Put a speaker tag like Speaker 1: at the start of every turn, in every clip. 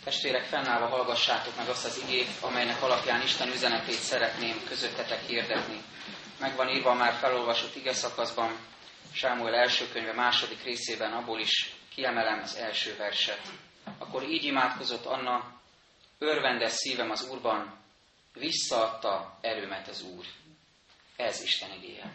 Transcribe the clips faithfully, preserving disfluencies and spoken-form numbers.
Speaker 1: Testvérek, fennállva hallgassátok meg azt az igét, amelynek alapján Isten üzenetét szeretném közöttetek hirdetni. Meg van írva már felolvasott igeszakaszban, Sámuel első könyve második részében, abból is kiemelem az első verset. Akkor így imádkozott Anna: örvendes szívem az Úrban, visszaadta erőmet az Úr. Ez Isten igéje.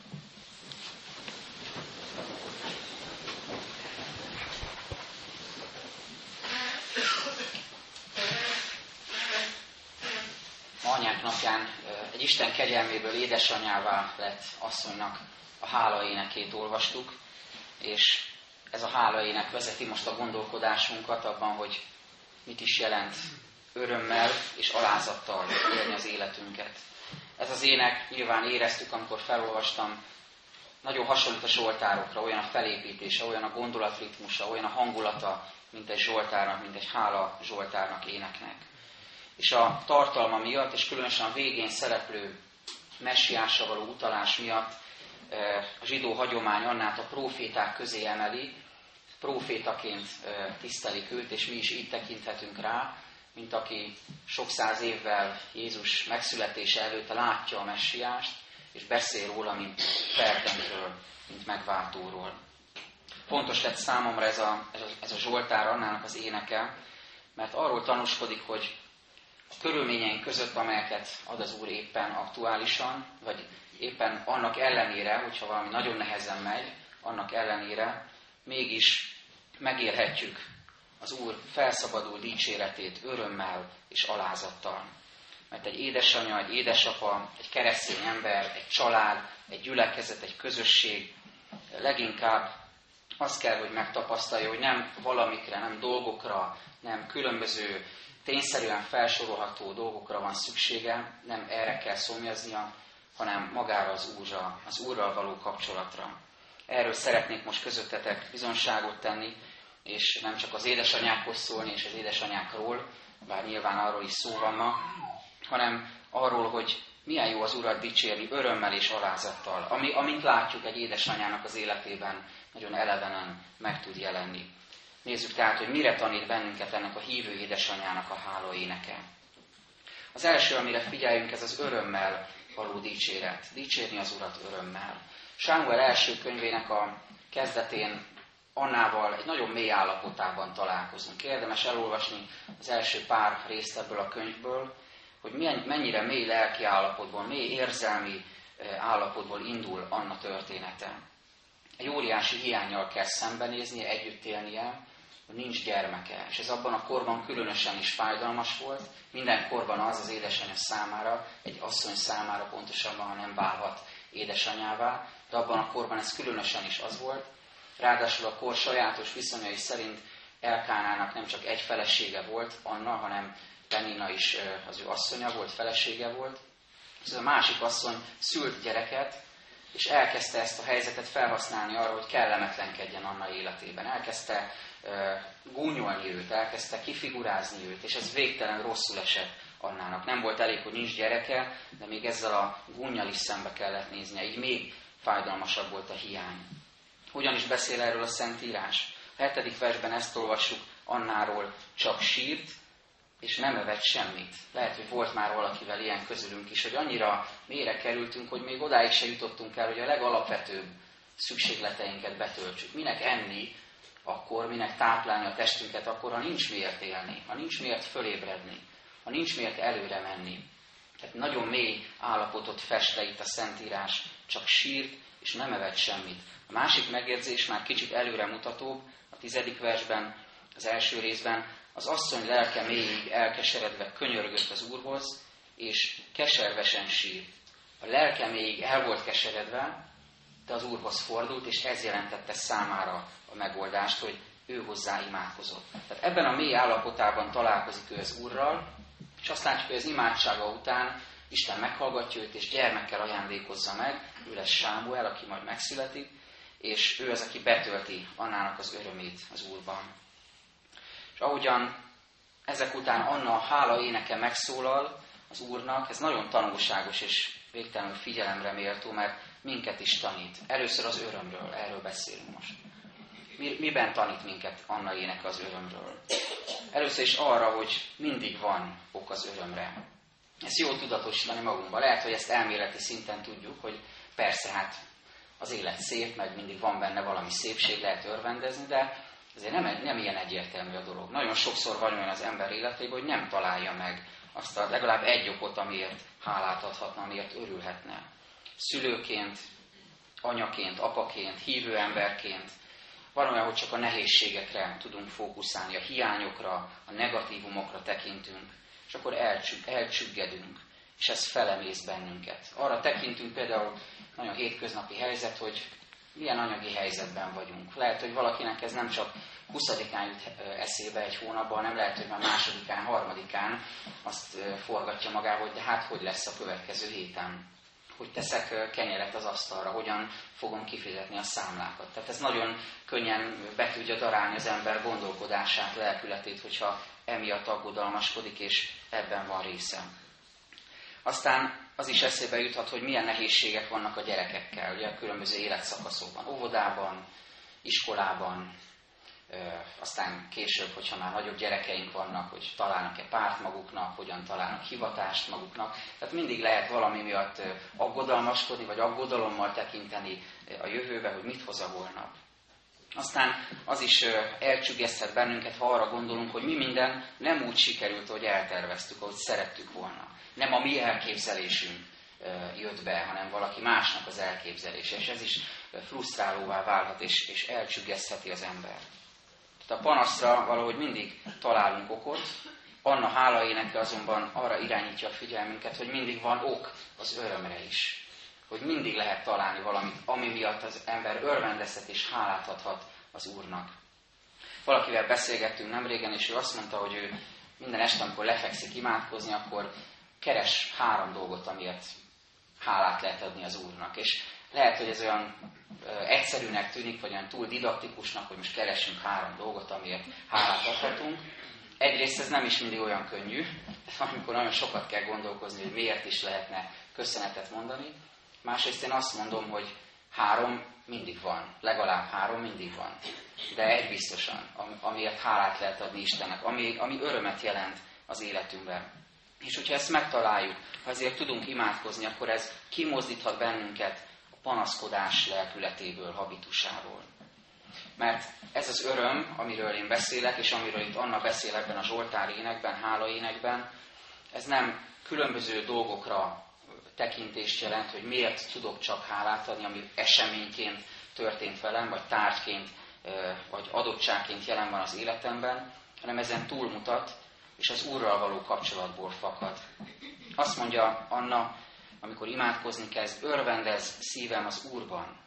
Speaker 1: Ma anyák napján egy Isten kegyelméből édesanyává lett asszonynak a hálaénekét olvastuk, és ez a hálaének vezeti most a gondolkodásunkat abban, hogy mit is jelent örömmel és alázattal élni az életünket. Ez az ének, nyilván éreztük, amikor felolvastam, nagyon hasonlít a zsoltárokra, olyan a felépítése, olyan a gondolatritmusa, olyan a hangulata, mint egy zsoltárnak, mint egy hála zsoltárnak, éneknek. És a tartalma miatt, és különösen a végén szereplő messiásra való utalás miatt a zsidó hagyomány Annát a próféták közé emeli, prófétaként tisztelik őt, és mi is így tekinthetünk rá, mint aki sok száz évvel Jézus megszületése előtt látja a messiást, és beszél róla, mint felkentről, mint megváltóról. Fontos lett számomra ez a, ez a, ez a zsoltár Annának az éneke, mert arról tanúskodik, hogy a körülményeink között, amelyeket ad az Úr éppen aktuálisan, vagy éppen annak ellenére, hogyha valami nagyon nehezen megy, annak ellenére mégis megérhetjük az Úr felszabadul dicséretét örömmel és alázattal. Mert egy édesanyja, egy édesapa, egy keresztény ember, egy család, egy gyülekezet, egy közösség leginkább azt kell, hogy megtapasztalja, hogy nem valamikre, nem dolgokra, nem különböző tényszerűen felsorolható dolgokra van szüksége, nem erre kell szomjaznia, hanem magára az Úrra, az Úrral való kapcsolatra. Erről szeretnék most közöttetek bizonságot tenni, és nem csak az édesanyákhoz szólni, és az édesanyákról, bár nyilván arról is szó van ma, hanem arról, hogy milyen jó az Urat dicsérni örömmel és alázattal, ami, amint látjuk egy édesanyának az életében, nagyon elevenen meg tud jelenni. Nézzük tehát, hogy mire tanít bennünket ennek a hívő édesanyának a hála éneke. Az első, amire figyeljünk, ez az örömmel való dicséret. Dicsérni az Urat örömmel. Sámuel első könyvének a kezdetén Annával egy nagyon mély állapotában találkozunk. Érdemes elolvasni az első pár részt ebből a könyvből, hogy mennyire mély lelki állapotból, mély érzelmi állapotból indul Anna története. Egy óriási hiánnyal kell szembenéznie, együtt élnie, hogy nincs gyermeke. És ez abban a korban különösen is fájdalmas volt. Minden korban az az édesanyja számára, egy asszony számára pontosabban, ha nem válhat édesanyává, de abban a korban ez különösen is az volt. Ráadásul a kor sajátos viszonyai szerint Elkánának nem csak egy felesége volt, Anna, hanem Penina is az ő asszonya volt, felesége volt. Ez a másik asszony szült gyereket, és elkezdte ezt a helyzetet felhasználni arra, hogy kellemetlenkedjen Anna életében. Elkezdte uh, gúnyolni őt, elkezdte kifigurázni őt, és ez végtelen rosszul esett Annának. Nem volt elég, hogy nincs gyereke, de még ezzel a gúnnyal is szembe kellett néznie, így még fájdalmasabb volt a hiány. Hogyan is beszél erről a Szentírás? A hetedik versben ezt olvassuk, Annáról: csak sírt, és nem evett semmit. Lehet, hogy volt már valakivel ilyen közülünk is, hogy annyira mélyre kerültünk, hogy még odáig se jutottunk el, hogy a legalapvetőbb szükségleteinket betöltsük. Minek enni akkor, minek táplálni a testünket akkor, ha nincs miért élni, ha nincs miért fölébredni, ha nincs miért előre menni. Tehát nagyon mély állapotot fest le itt a Szentírás, csak sírt, és nem evett semmit. A másik megjegyzés már kicsit előremutatóbb, a tizedik versben, az első részben: az asszony lelke mélyig elkeseredve könyörgött az Úrhoz, és keservesen sírt. A lelke mélyig el volt keseredve, de az Úrhoz fordult, és ez jelentette számára a megoldást, hogy ő hozzá imádkozott. Tehát ebben a mély állapotában találkozik ő az Úrral, és azt látjuk, hogy az imádsága után Isten meghallgatja őt, és gyermekkel ajándékozza meg. Ő lesz Sámuel, aki majd megszületik, és ő az, aki betölti Annának az örömét az Úrban. És ahogyan ezek után Anna a hála éneke megszólal az Úrnak, ez nagyon tanulságos és végtelenül figyelemre méltó, mert minket is tanít. Először az örömről, erről beszélünk most. miben tanít minket Anna éneke az örömről? Először is arra, hogy mindig van ok az örömre. Ezt jól tudatosítani magunkban. Lehet, hogy ezt elméleti szinten tudjuk, hogy persze, hát az élet szép, meg mindig van benne valami szépség, lehet örvendezni, de azért nem, nem ilyen egyértelmű a dolog. Nagyon sokszor van olyan az ember életében, hogy nem találja meg azt a legalább egy okot, amiért hálát adhatna, amiért örülhetne. Szülőként, anyaként, apaként, hívő emberként. Van olyan, hogy csak a nehézségekre tudunk fókuszálni, a hiányokra, a negatívumokra tekintünk, és akkor elcsügg, elcsüggedünk, és ez felemész bennünket. Arra tekintünk például, nagyon hétköznapi helyzet, hogy milyen anyagi helyzetben vagyunk. Lehet, hogy valakinek ez nem csak huszadikán jut eszébe egy hónapban, hanem lehet, hogy már másodikán, harmadikán azt forgatja magába, hogy de hát hogy lesz a következő héten. Hogy teszek kenyeret az asztalra, hogyan fogom kifizetni a számlákat. Tehát ez nagyon könnyen be tudja darálni az ember gondolkodását, lelkületét, hogyha emiatt aggodalmaskodik, és ebben van része. Aztán az is eszébe juthat, hogy milyen nehézségek vannak a gyerekekkel, ugye a különböző életszakaszokban, óvodában, iskolában, aztán később, hogyha már nagyobb gyerekeink vannak, hogy találnak-e párt maguknak, hogyan találnak hivatást maguknak. Tehát mindig lehet valami miatt aggodalmaskodni, vagy aggodalommal tekinteni a jövőbe, hogy mit hoz a holnap. Aztán az is elcsüggeszthet bennünket, ha arra gondolunk, hogy mi minden nem úgy sikerült, hogy elterveztük, ahogy szerettük volna. Nem a mi elképzelésünk jött be, hanem valaki másnak az elképzelése, és ez is frusztrálóvá válhat, és, és elcsüggesztheti az embert. Tehát a panaszra valahogy mindig találunk okot, Anna hálaéneke azonban arra irányítja a figyelmünket, hogy mindig van ok az örömre is. Hogy mindig lehet találni valamit, ami miatt az ember örvendezhet és hálát adhat az Úrnak. Valakivel beszélgettünk nemrégen, és ő azt mondta, hogy ő minden este, amikor lefekszik imádkozni, akkor keres három dolgot, amiért hálát lehet adni az Úrnak. És lehet, hogy ez olyan egyszerűnek tűnik, vagy olyan túl didaktikusnak, hogy most keresünk három dolgot, amiért hálát adhatunk. Egyrészt ez nem is mindig olyan könnyű, amikor nagyon sokat kell gondolkozni, hogy miért is lehetne köszönetet mondani. Másrészt én azt mondom, hogy három mindig van, legalább három mindig van. De egy biztosan, amiért hálát lehet adni Istennek, ami, ami örömet jelent az életünkben. És hogyha ezt megtaláljuk, ha ezért tudunk imádkozni, akkor ez kimozdíthat bennünket a panaszkodás lelkületéből, habitusáról. Mert ez az öröm, amiről én beszélek, és amiről itt Anna beszél ebben a Zsoltár énekben, hála énekben, ez nem különböző dolgokra tekintést jelent, hogy miért tudok csak hálát adni, ami eseményként történt velem, vagy tárgyként, vagy adottságként jelen van az életemben, hanem ezen túlmutat, és az Úrral való kapcsolatból fakad. Azt mondja Anna, amikor imádkozni kezd, örvendez szívem az Úrban.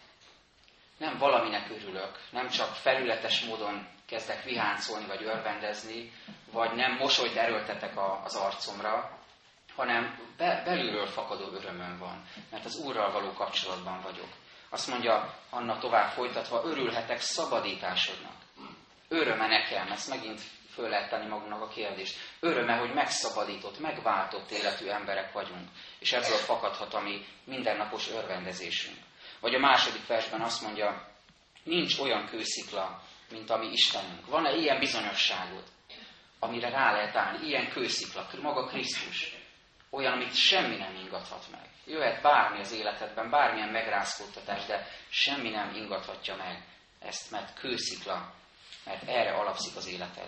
Speaker 1: Nem valaminek örülök, nem csak felületes módon kezdek viháncolni, vagy örvendezni, vagy nem mosolyt erőltetek az arcomra, hanem be, belülről fakadó örömöm van, mert az Úrral való kapcsolatban vagyok. Azt mondja Anna tovább folytatva, örülhetek szabadításodnak. Öröme nekem, ezt megint föl lehet tenni magunknak a kérdést. Öröme, hogy megszabadított, megváltott életű emberek vagyunk, és ebből fakadhat a mi mindennapos örvendezésünk. Vagy a második versben azt mondja, nincs olyan kőszikla, mint a mi Istenünk. Van-e ilyen bizonyosságod, amire rá lehet állni? Ilyen kőszikla, maga Krisztus. Olyan, amit semmi nem ingathat meg. Jöhet bármi az életedben, bármilyen megrázkódtatás, de semmi nem ingathatja meg ezt, mert kőszikla, mert erre alapszik az életed.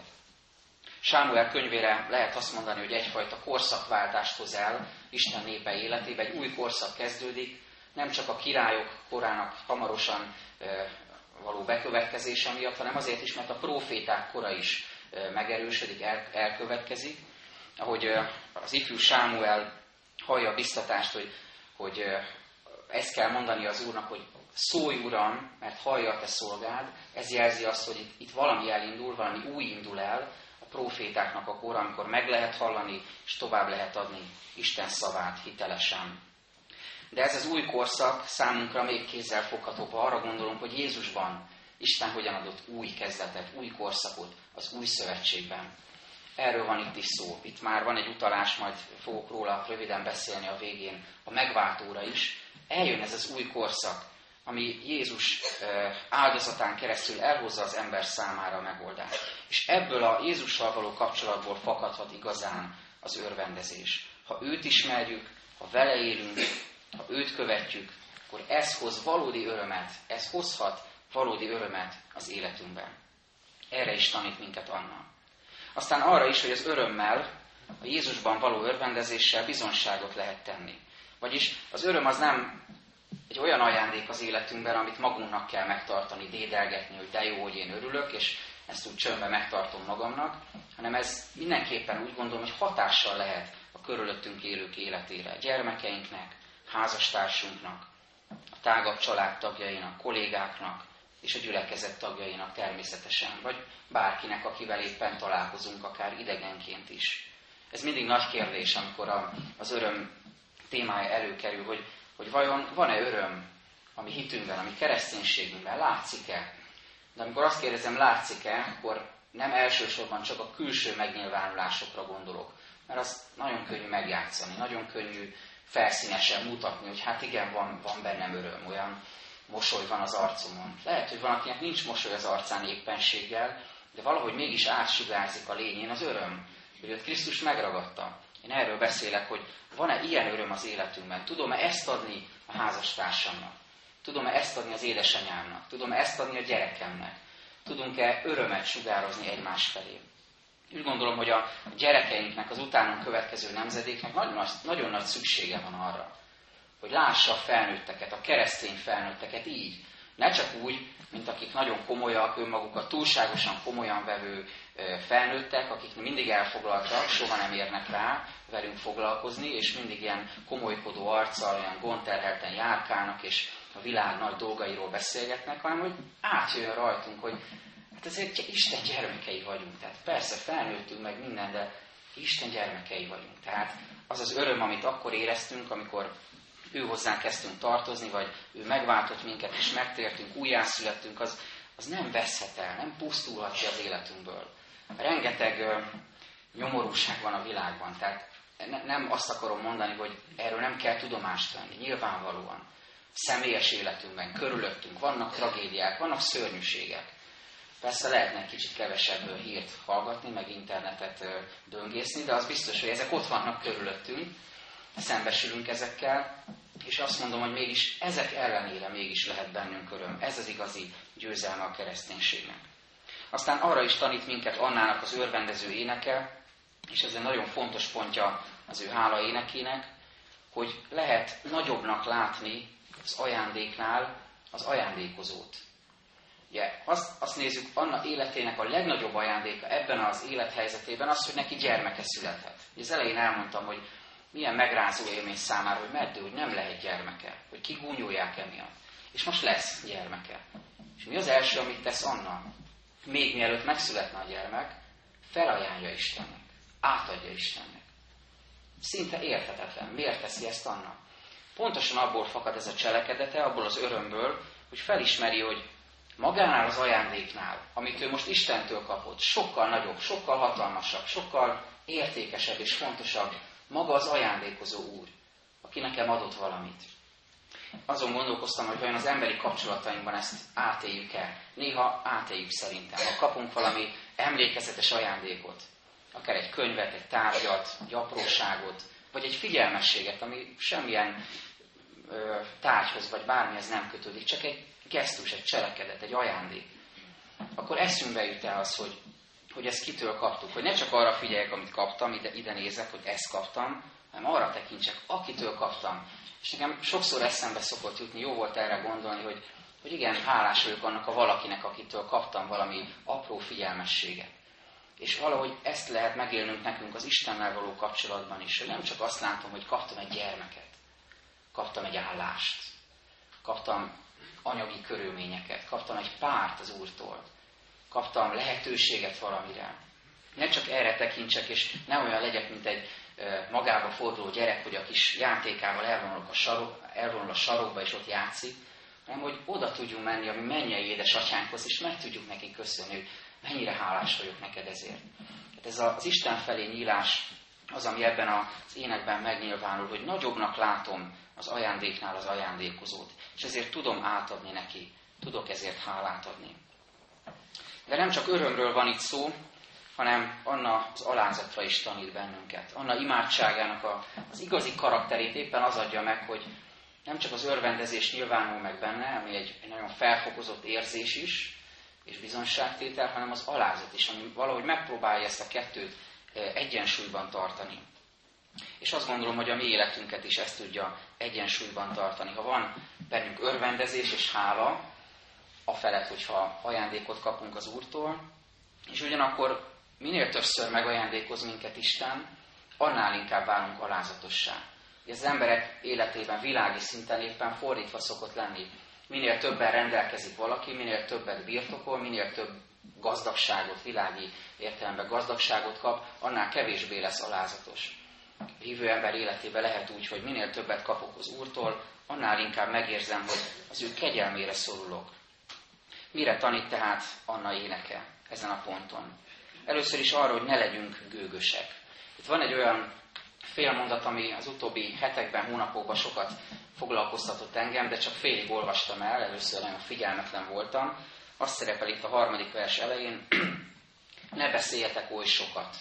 Speaker 1: Sámuel könyvére lehet azt mondani, hogy egyfajta korszakváltást hoz el Isten népe életébe, egy új korszak kezdődik, nem csak a királyok korának hamarosan e, való bekövetkezése miatt, hanem azért is, mert a próféták kora is e, megerősödik, el, elkövetkezik. Ahogy e, az ifjú Sámuel hallja a biztatást, hogy, hogy e, ezt kell mondani az Úrnak, hogy szólj, Uram, mert hallja a te szolgád, ez jelzi azt, hogy itt, itt valami elindul, valami új indul el, a prófétáknak a kora, amikor meg lehet hallani, és tovább lehet adni Isten szavát hitelesen. De ez az új korszak számunkra még kézzelfoghatóbb, ha arra gondolunk, hogy Jézusban Isten hogyan adott új kezdetet, új korszakot az új szövetségben. Erről van itt is szó. Itt már van egy utalás, majd fogok róla röviden beszélni a végén, a megváltóra is. Eljön ez az új korszak, ami Jézus áldozatán keresztül elhozza az ember számára a megoldást. És ebből a Jézussal való kapcsolatból fakadhat igazán az örvendezés. Ha őt ismerjük, ha vele élünk, ha őt követjük, akkor ez hoz valódi örömet, ez hozhat valódi örömet az életünkben. Erre is tanít minket Anna. Aztán arra is, hogy az örömmel, a Jézusban való örvendezéssel bizonyságot lehet tenni. Vagyis az öröm az nem egy olyan ajándék az életünkben, amit magunknak kell megtartani, dédelgetni, hogy de jó, hogy én örülök, és ezt úgy csöndben megtartom magamnak, hanem ez mindenképpen úgy gondolom, hogy hatással lehet a körülöttünk élők életére, a gyermekeinknek, házastársunknak, a tágabb családtagjainak, kollégáknak, és a gyülekezet tagjainak természetesen, vagy bárkinek, akivel éppen találkozunk, akár idegenként is. Ez mindig nagy kérdés, amikor a, az öröm témája előkerül, hogy, hogy vajon van-e öröm a mi hitünkben, a mi kereszténységünkben, látszik-e? De amikor azt kérdezem, látszik-e, akkor nem elsősorban csak a külső megnyilvánulásokra gondolok, mert az nagyon könnyű megjátszani, nagyon könnyű felszínesen mutatni, hogy hát igen, van, van bennem öröm, olyan mosoly van az arcomon. Lehet, hogy van, akinek nincs mosoly az arcán éppenséggel, de valahogy mégis átsugárzik a lényén az öröm, hogy őt Krisztus megragadta. Én erről beszélek, hogy van-e ilyen öröm az életünkben? Tudom-e ezt adni a házastársamnak? Tudom-e ezt adni az édesanyámnak? Tudom-e ezt adni a gyerekemnek? Tudunk-e örömet sugározni egymás felé? Úgy gondolom, hogy a gyerekeinknek, az utánunk következő nemzedéknek nagyon nagy, nagyon nagy szüksége van arra, hogy lássa a felnőtteket, a keresztény felnőtteket így. Ne csak úgy, mint akik nagyon komolyak, önmagukat túlságosan komolyan vevő felnőttek, akik mindig elfoglaltak, soha nem érnek rá velünk foglalkozni, és mindig ilyen komolykodó arccal, olyan gondterhelten járkálnak, és a világ nagy dolgairól beszélgetnek, hanem hogy átjön rajtunk, hogy hát ezért Isten gyermekei vagyunk. Tehát persze felnőttünk meg minden, de Isten gyermekei vagyunk. Tehát az az öröm, amit akkor éreztünk, amikor ő hozzánk kezdtünk tartozni, vagy ő megváltott minket, és megtértünk, újjászülettünk, az, az nem veszhet el, nem pusztulhat ki az életünkből. Rengeteg ö, nyomorúság van a világban, tehát ne, nem azt akarom mondani, hogy erről nem kell tudomást venni. Nyilvánvalóan személyes életünkben, körülöttünk vannak tragédiák, vannak szörnyűségek. Persze lehetne kicsit kevesebb hírt hallgatni, meg internetet ö, döngészni, de az biztos, hogy ezek ott vannak körülöttünk, szembesülünk ezekkel, és azt mondom, hogy mégis ezek ellenére mégis lehet bennünk öröm. Ez az igazi győzelme a kereszténységnek. Aztán arra is tanít minket Annának az örvendező éneke, és ez egy nagyon fontos pontja az ő hála énekének, hogy lehet nagyobbnak látni az ajándéknál az ajándékozót. Ugye, azt, azt nézzük, Anna életének a legnagyobb ajándéka ebben az élethelyzetében az, hogy neki gyermeke született. Az elején elmondtam, hogy milyen megrázó élmény számára, hogy meddő, hogy nem lehet gyermeke, hogy kigúnyolják emiatt. És most lesz gyermeke. És mi az első, amit tesz Anna? Még mielőtt megszületne a gyermek, felajánlja Istennek, átadja Istennek. Szinte érthetetlen. Miért teszi ezt Anna? Pontosan abból fakad ez a cselekedete, abból az örömből, hogy felismeri, hogy magánál az ajándéknál, amit ő most Istentől kapott, sokkal nagyobb, sokkal hatalmasabb, sokkal értékesebb és fontosabb maga az ajándékozó Úr, aki nekem adott valamit. Azon gondolkoztam, hogy vajon az emberi kapcsolatainkban ezt átéljük-e. Néha átéljük szerintem. Ha kapunk valami emlékezetes ajándékot, akár egy könyvet, egy tárgyat, egy apróságot, vagy egy figyelmességet, ami semmilyen ö, tárgyhoz vagy bármihez nem kötődik, csak egy gesztus, egy cselekedet, egy ajándék, akkor eszünkbe jut el az, hogy, hogy ezt kitől kaptuk. Hogy ne csak arra figyeljek, amit kaptam, ide, ide nézek, hogy ezt kaptam, hanem arra tekintsek, akitől kaptam. És nekem sokszor eszembe szokott jutni, jó volt erre gondolni, hogy, hogy igen, hálás vagyok annak a valakinek, akitől kaptam valami apró figyelmességet. És valahogy ezt lehet megélnünk nekünk az Istennel való kapcsolatban is, hogy nem csak azt látom, hogy kaptam egy gyermeket, kaptam egy állást, kaptam anyagi körülményeket, kaptam egy párt az Úrtól, kaptam lehetőséget valamire. Ne csak erre tekintsek, és ne olyan legyek, mint egy magába forduló gyerek, hogy a kis játékával elvonul a, sarok, elvonul a sarokba, és ott játszik, hanem hogy oda tudjunk menni a mi mennyei édesatyánkhoz, és meg tudjuk neki köszönni, hogy mennyire hálás vagyok neked ezért. Hát ez az Isten felé nyílás az, ami ebben az énekben megnyilvánul, hogy nagyobbnak látom az ajándéknál az ajándékozót, és ezért tudom átadni neki, tudok ezért hálát adni. De nem csak örömről van itt szó, hanem Anna az alázatra is tanít bennünket. Anna imádságának a, az igazi karakterét éppen az adja meg, hogy nem csak az örvendezés nyilvánul meg benne, ami egy, egy nagyon felfokozott érzés is, és bizonságtétel, hanem az alázat is, ami valahogy megpróbálja ezt a kettőt egyensúlyban tartani. És azt gondolom, hogy a mi életünket is ezt tudja egyensúlyban tartani. Ha van bennünk örvendezés és hála, afelett, hogyha ajándékot kapunk az Úrtól, és ugyanakkor minél többször megajándékoz minket Isten, annál inkább válunk alázatossá. Az emberek életében világi szinten éppen fordítva szokott lenni. Minél többen rendelkezik valaki, minél többet birtokol, minél több gazdagságot, világi értelemben gazdagságot kap, annál kevésbé lesz alázatos. A hívő ember életében lehet úgy, hogy minél többet kapok az Úrtól, annál inkább megérzem, hogy az ő kegyelmére szorulok. Mire tanít tehát Anna éneke ezen a ponton? Először is arra, hogy ne legyünk gőgösek. Itt van egy olyan félmondat, ami az utóbbi hetekben, hónapokban sokat foglalkoztatott engem, de csak félig olvastam el, először nagyon figyelmetlen voltam. Azt szerepel itt a harmadik vers elején, ne beszéljetek oly sokat.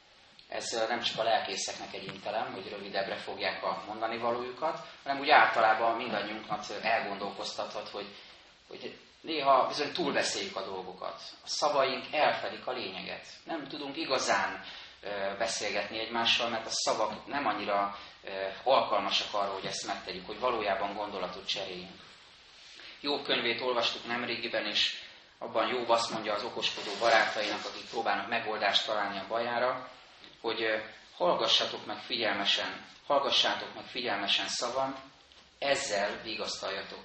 Speaker 1: Ez nem csak a lelkészeknek egy intelem, hogy rövidebbre fogják a mondani valójukat, hanem úgy általában mindannyiunknak elgondolkoztathat, hogy, hogy néha bizony túlbeszéljük a dolgokat. A szavaink elfedik a lényeget. Nem tudunk igazán beszélgetni egymással, mert a szavak nem annyira alkalmasak arra, hogy ezt megtegyük, hogy valójában gondolatot cseréljünk. Jobb könyvét olvastuk nemrégiben, és abban Jobb azt mondja az okoskodó barátainak, akik próbálnak megoldást találni a bajára, hogy hallgassatok meg figyelmesen, hallgassátok meg figyelmesen szavam, ezzel vigasztaljatok.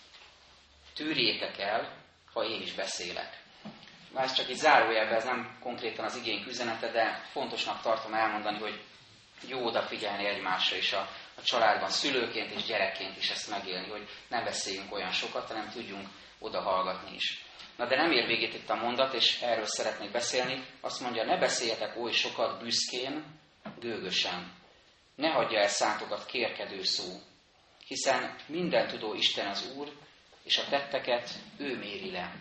Speaker 1: Tűrjétek el, ha én is beszélek. Már ez csak egy zárójelben, ez nem konkrétan az igénk üzenete, de fontosnak tartom elmondani, hogy jó odafigyelni egymásra is a, a családban, szülőként és gyerekként is ezt megélni, hogy nem beszéljünk olyan sokat, hanem tudjunk odahallgatni is. Na de nem ér végét itt a mondat, és erről szeretnék beszélni. Azt mondja, ne beszéljetek oly sokat büszkén, gőgösen. Ne hagyja el szátokat kérkedő szó, hiszen minden tudó Isten az Úr, és a tetteket ő méri le.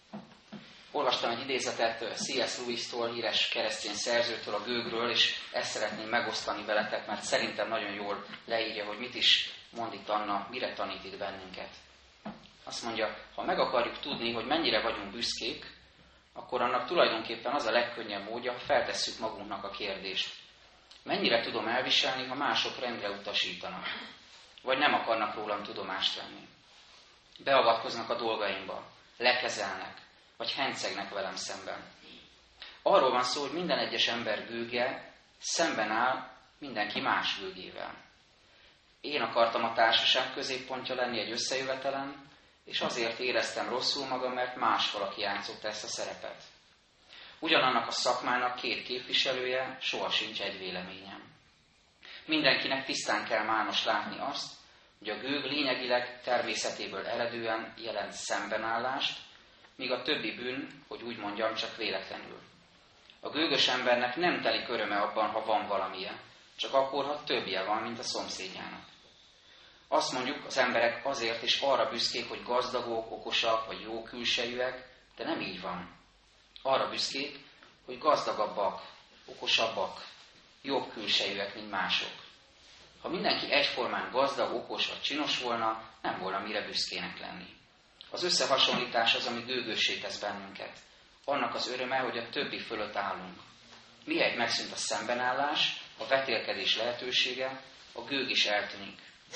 Speaker 1: Olvastam egy idézetet C S Lewis-tól, híres keresztény szerzőtől a gőgről, és ezt szeretném megosztani veletek, mert szerintem nagyon jól leírja, hogy mit is mond itt Anna, mire tanít itt bennünket. Azt mondja, ha meg akarjuk tudni, hogy mennyire vagyunk büszkék, akkor annak tulajdonképpen az a legkönnyebb módja, feltesszük magunknak a kérdést. Mennyire tudom elviselni, ha mások rendre utasítanak, vagy nem akarnak rólam tudomást venni? Beavatkoznak a dolgaimba, lekezelnek, vagy hencegnek velem szemben. Arról van szó, hogy minden egyes ember gőge szemben áll mindenki más gőgével. Én akartam a társaság középpontja lenni egy összejövetelen, és azért éreztem rosszul magam, mert más valaki játszotta ezt a szerepet. Ugyanannak a szakmának két képviselője, soha sincs egy véleményem. Mindenkinek tisztán kell mános látni azt, hogy a gőg lényegileg természetéből eredően jelent szembenállást, míg a többi bűn, hogy úgy mondjam, csak véletlenül. A gőgös embernek nem telik öröme abban, ha van valamije, csak akkor, ha többje van, mint a szomszédjának. Azt mondjuk, az emberek azért is arra büszkék, hogy gazdagok, okosak vagy jó külsejűek, de nem így van. Arra büszkék, hogy gazdagabbak, okosabbak, jobb külsejűek, mint mások. Ha mindenki egyformán gazdag, okos vagy csinos volna, nem volna mire büszkének lenni. Az összehasonlítás az, ami gőgössé tesz bennünket. Annak az öröme, hogy a többi fölött állunk. Mihegy megszűnt a szembenállás, a vetélkedés lehetősége, a gőg is eltűnik.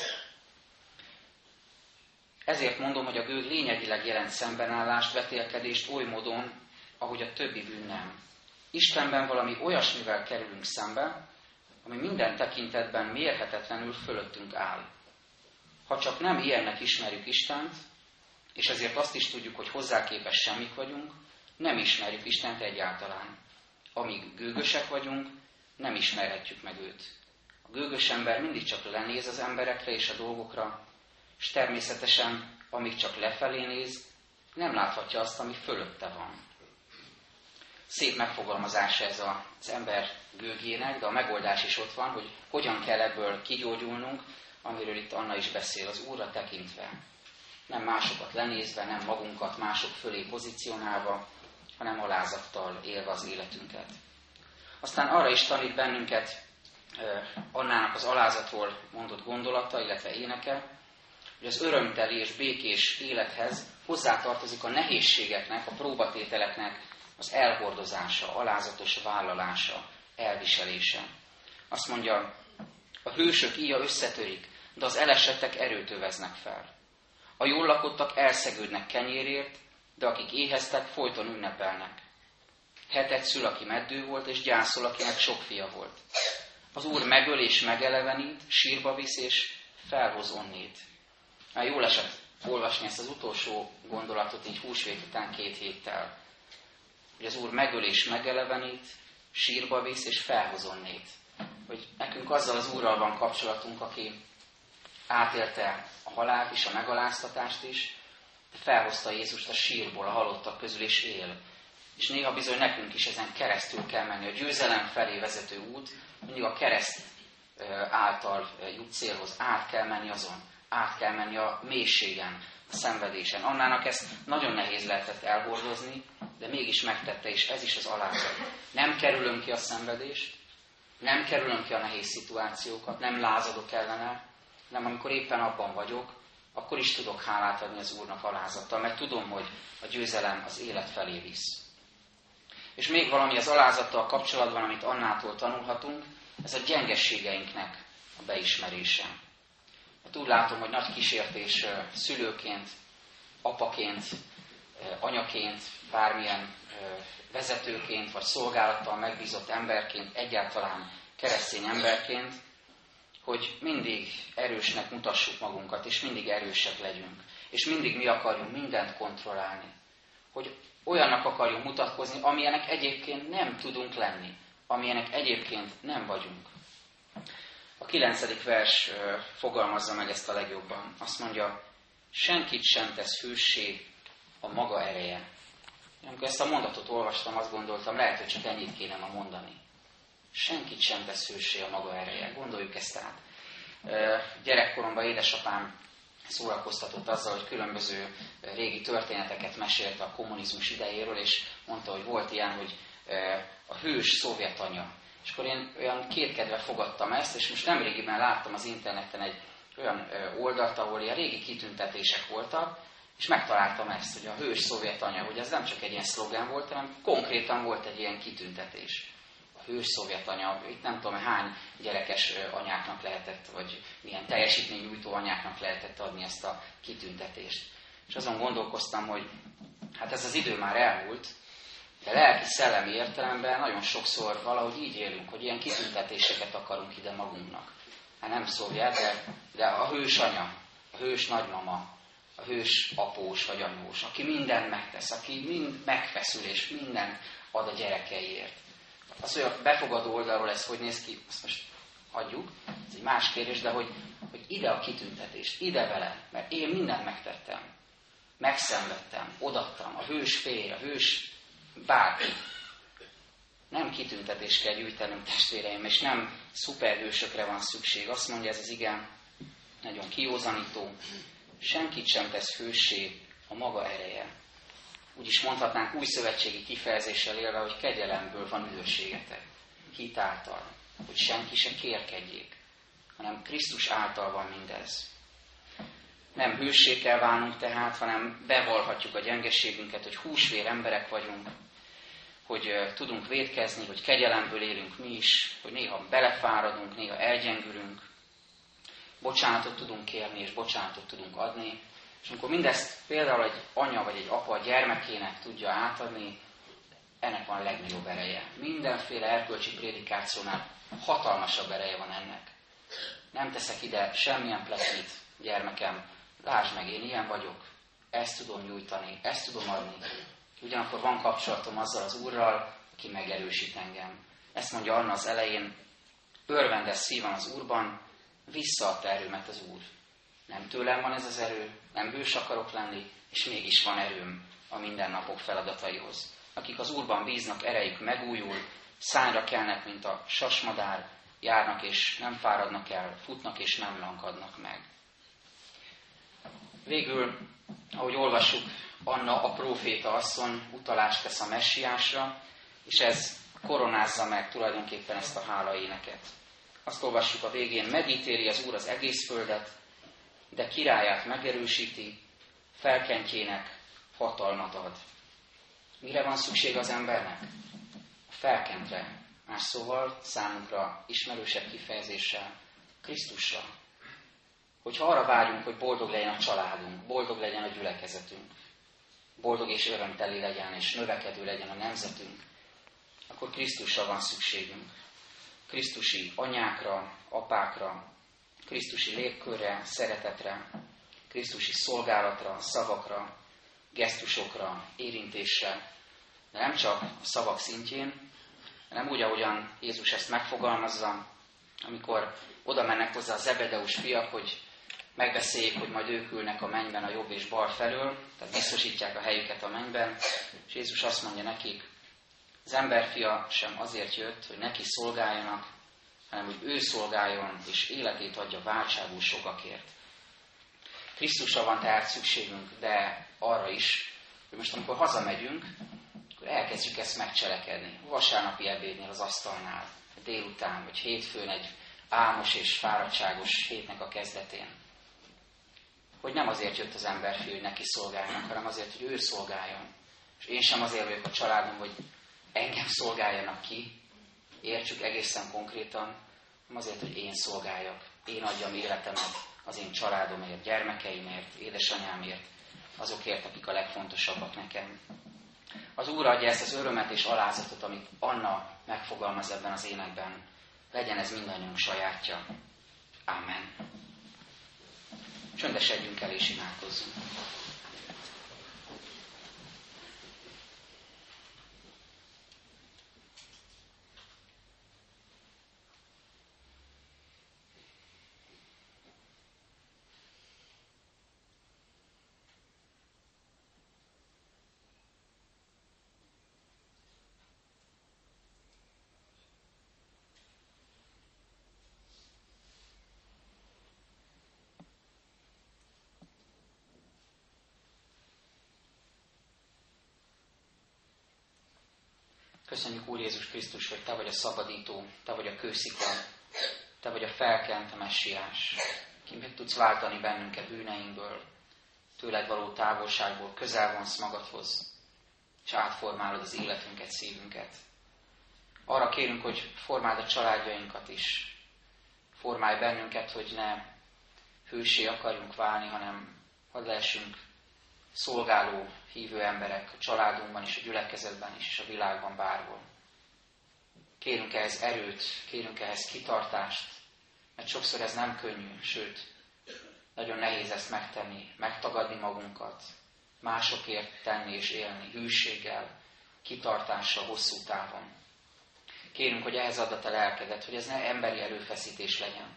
Speaker 1: Ezért mondom, hogy a gőg lényegileg jelent szembenállást, vetélkedést oly módon, ahogy a többi bűn nem. Istenben valami olyasmivel kerülünk szembe, ami minden tekintetben mérhetetlenül fölöttünk áll. Ha csak nem ilyennek ismerjük Istent, és ezért azt is tudjuk, hogy hozzá képest semmik vagyunk, nem ismerjük Istent egyáltalán. Amíg gőgösek vagyunk, nem ismerhetjük meg őt. A gőgös ember mindig csak lenéz az emberekre és a dolgokra, és természetesen, amíg csak lefelé néz, nem láthatja azt, ami fölötte van. szép megfogalmazása ez az ember gőgének, de a megoldás is ott van, hogy hogyan kell ebből kigyógyulnunk, amiről itt Anna is beszél, az Úrra tekintve. Nem másokat lenézve, nem magunkat mások fölé pozícionálva, hanem alázattal élve az életünket. Aztán arra is tanít bennünket Annának az alázatról mondott gondolata, illetve éneke, hogy az örömteli és békés élethez hozzátartozik a nehézségeknek, a próbatételeknek az elhordozása, alázatos vállalása, elviselése. Azt mondja, a hősök íja összetörik, de az elesettek erőt öveznek fel. A jól lakottak elszegődnek kenyérért, de akik éheztek, folyton ünnepelnek. Hetet szül, aki meddő volt, és gyászol, akinek sok fia volt. Az Úr megöl és megelevenít, sírba visz és felhoz onnét. Már jól esett olvasni ezt az utolsó gondolatot így húsvét után két héttel. Hogy az Úr megöl és megelevenít, sírba visz és felhoz onnét. Hogy nekünk azzal az Úrral van kapcsolatunk, aki átélte a halált is, a megaláztatást is, de felhozta Jézust a sírból, a halottak közül, és él. És néha bizony nekünk is ezen keresztül kell menni. A győzelem felé vezető út mindig a kereszt által jut célhoz. Át kell menni azon. Át kell menni a mélységen, a szenvedésen. Annának ezt nagyon nehéz lehetett elhordozni, de mégis megtette, és ez is az alázat. Nem kerülöm ki a szenvedést, nem kerülöm ki a nehéz szituációkat, nem lázadok ellene, hanem amikor éppen abban vagyok, akkor is tudok hálát adni az Úrnak alázattal, mert tudom, hogy a győzelem az élet felé visz. És még valami az alázattal kapcsolatban, amit Annától tanulhatunk, ez a gyengességeinknek a beismerése. Hát úgy látom, hogy nagy kísértés szülőként, apaként, anyaként, bármilyen vezetőként, vagy szolgálattal megbízott emberként, egyáltalán keresztény emberként, hogy mindig erősnek mutassuk magunkat, és mindig erősek legyünk. És mindig mi akarjunk mindent kontrollálni. Hogy olyannak akarjunk mutatkozni, amilyenek egyébként nem tudunk lenni. Amilyenek egyébként nem vagyunk. A kilencedik vers fogalmazza meg ezt a legjobban. Azt mondja, senkit sem tesz hőssé a maga ereje. Amikor ezt a mondatot olvastam, azt gondoltam, lehet, hogy csak ennyit kéne ma mondani. Senkit sem tesz hőssé a maga ereje. Gondoljuk ezt át. Gyerekkoromban édesapám szórakoztatott azzal, hogy különböző régi történeteket mesélte a kommunizmus idejéről, és mondta, hogy volt ilyen, hogy a hős szovjet anya. És akkor én olyan kétkedve fogadtam ezt, és most nemrégiben láttam az interneten egy olyan oldalt, ahol ilyen régi kitüntetések voltak, és megtaláltam ezt, hogy a hős szovjet anya, hogy ez nem csak egy ilyen szlogen volt, hanem konkrétan volt egy ilyen kitüntetés. A hős szovjet anya, itt nem tudom hány gyerekes anyáknak lehetett, vagy milyen teljesítménynyújtó anyáknak lehetett adni ezt a kitüntetést. És azon gondolkoztam, hogy hát ez az idő már elmúlt, de lelki-szellemi értelemben nagyon sokszor valahogy így élünk, hogy ilyen kitüntetéseket akarunk ide magunknak. Hát nem szovjet, de, de a hős anya, a hős nagymama, a hős após vagy anyós, aki mindent megtesz, aki mind megfeszül és mindent ad a gyerekeiért. Az, hogy a befogadó oldalról ez hogy néz ki, azt most hagyjuk, ez egy más kérdés, de hogy, hogy ide a kitüntetést, ide vele, mert én mindent megtettem. Megszenvedtem, odattam, a hős férj, a hős bárki. Nem kitüntetést kell gyűjtenünk, testvéreim, és nem szuperhősökre van szükség. Azt mondja ez az igen, nagyon kiózanító, senkit sem tesz hőssé a maga ereje. Úgy is mondhatnánk új szövetségi kifejezéssel élve, hogy kegyelemből van üdvösségetek, hit által, hogy senki se kérkedjék, hanem Krisztus által van mindez. Nem hőssé kell válnunk tehát, hanem bevallhatjuk a gyengességünket, hogy húsvér emberek vagyunk, hogy uh, tudunk vétkezni, hogy kegyelemből élünk mi is, hogy néha belefáradunk, néha elgyengülünk, bocsánatot tudunk kérni, és bocsánatot tudunk adni. És amikor mindezt például egy anya vagy egy apa a gyermekének tudja átadni, ennek van a legnagyobb ereje. Mindenféle erkölcsi prédikációnál hatalmasabb ereje van ennek. Nem teszek ide semmilyen plekit, gyermekem, lásd meg, én ilyen vagyok, ezt tudom nyújtani, ezt tudom adni. Ugyanakkor van kapcsolatom azzal az Úrral, aki megerősít engem. Ezt mondja Anna az elején, örvendes szívem az Úrban, visszaadta erőmet az Úr. Nem tőlem van ez az erő, nem hős akarok lenni, és mégis van erőm a mindennapok feladataihoz. akik az Úrban bíznak, erejük megújul, szányra kelnek, mint a sasmadár, járnak és nem fáradnak el, futnak és nem lankadnak meg. Végül, ahogy olvassuk, Anna, a próféta asszony utalást tesz a messiásra, és ez koronázza meg tulajdonképpen ezt a hálaéneket. Azt olvassuk a végén, megítéli az Úr az egész földet, de királyát megerősíti, felkentjének hatalmat ad. Mire van szükség az embernek? A felkentre. Más szóval számunkra ismerősebb kifejezéssel Krisztusra. Hogyha arra vágyunk, hogy boldog legyen a családunk, boldog legyen a gyülekezetünk, boldog és örömteli legyen, és növekedő legyen a nemzetünk, akkor Krisztusra van szükségünk. Krisztusi anyákra, apákra, krisztusi légkörre, szeretetre, krisztusi szolgálatra, szavakra, gesztusokra, érintésre, de nem csak a szavak szintjén, hanem úgy, ahogyan Jézus ezt megfogalmazza, amikor oda mennek hozzá a Zebedeus fiak, hogy megbeszéljék, hogy majd ők ülnek a mennyben a jobb és bal felől, tehát biztosítják a helyüket a mennyben, és Jézus azt mondja nekik, az emberfia sem azért jött, hogy neki szolgáljanak, hanem hogy ő szolgáljon, és életét adja váltságul sokakért. Krisztusra van tehát szükségünk, de arra is, hogy most amikor hazamegyünk, akkor elkezdjük ezt megcselekedni. Vasárnapi ebédnél az asztalnál, délután, vagy hétfőn egy álmos és fáradtságos hétnek a kezdetén. Hogy nem azért jött az emberfiú, hogy neki szolgáljanak, hanem azért, hogy ő szolgáljon. És én sem azért vagyok a családom, hogy engem szolgáljanak ki, értsük egészen konkrétan, hanem azért, hogy én szolgáljak. Én adjam életemet az én családomért, gyermekeimért, édesanyámért, azokért, akik a legfontosabbak nekem. Az Úr adja ezt az örömet és alázatot, amit Anna megfogalmaz ebben az énekben. Legyen ez mindannyiunk sajátja. Amen. Csöndesedjünk el és imádkozzunk. Köszönjük, Úr Jézus Krisztus, hogy Te vagy a szabadító, Te vagy a kőszikla, Te vagy a felkent, a messiás, ki meg tudsz váltani bennünket bűneinkből, tőled való távolságból, közel vonsz magadhoz, és átformálod az életünket, szívünket. Arra kérünk, hogy formáld a családjainkat is, formálj bennünket, hogy ne hőssé akarjunk válni, hanem hadd lehessünk szolgáló, hívő emberek a családunkban is, a gyülekezetben is, és a világban bárhol. Kérünk ehhez erőt, kérünk ehhez kitartást, mert sokszor ez nem könnyű, sőt, nagyon nehéz ezt megtenni, megtagadni magunkat, másokért tenni és élni, hűséggel, kitartással, hosszú távon. Kérünk, hogy ehhez add a te lelkedet, hogy ez ne emberi erőfeszítés legyen,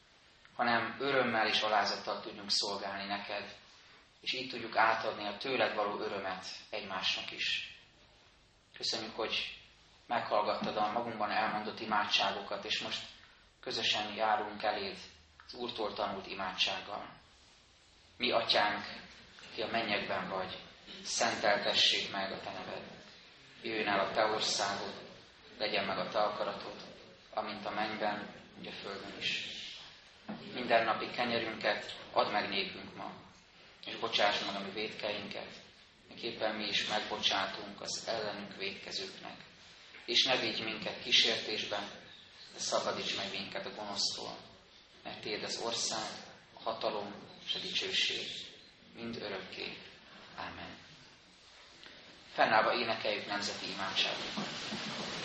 Speaker 1: hanem örömmel és alázattal tudjunk szolgálni neked, és így tudjuk átadni a tőled való örömet egymásnak is. Köszönjük, hogy meghallgattad a magunkban elmondott imádságokat, és most közösen járunk eléd az Úrtól tanult imádsággal. Mi, Atyánk, ki a mennyekben vagy, szenteltessék meg a te neved. Jöjjön el a te országod, legyen meg a te akaratod, amint a mennyben, úgy a földön is. Minden napi kenyerünket add meg nékünk ma, és bocsáss meg a mi vétkeinket, miképpen mi is megbocsátunk az ellenünk vétkezőknek. És ne vigy minket kísértésbe, de szabadíts meg minket a gonosztól, mert tiéd az ország, a hatalom és a dicsőség mind örökké. Ámen. Fennállva énekeljük nemzeti imádságunkat.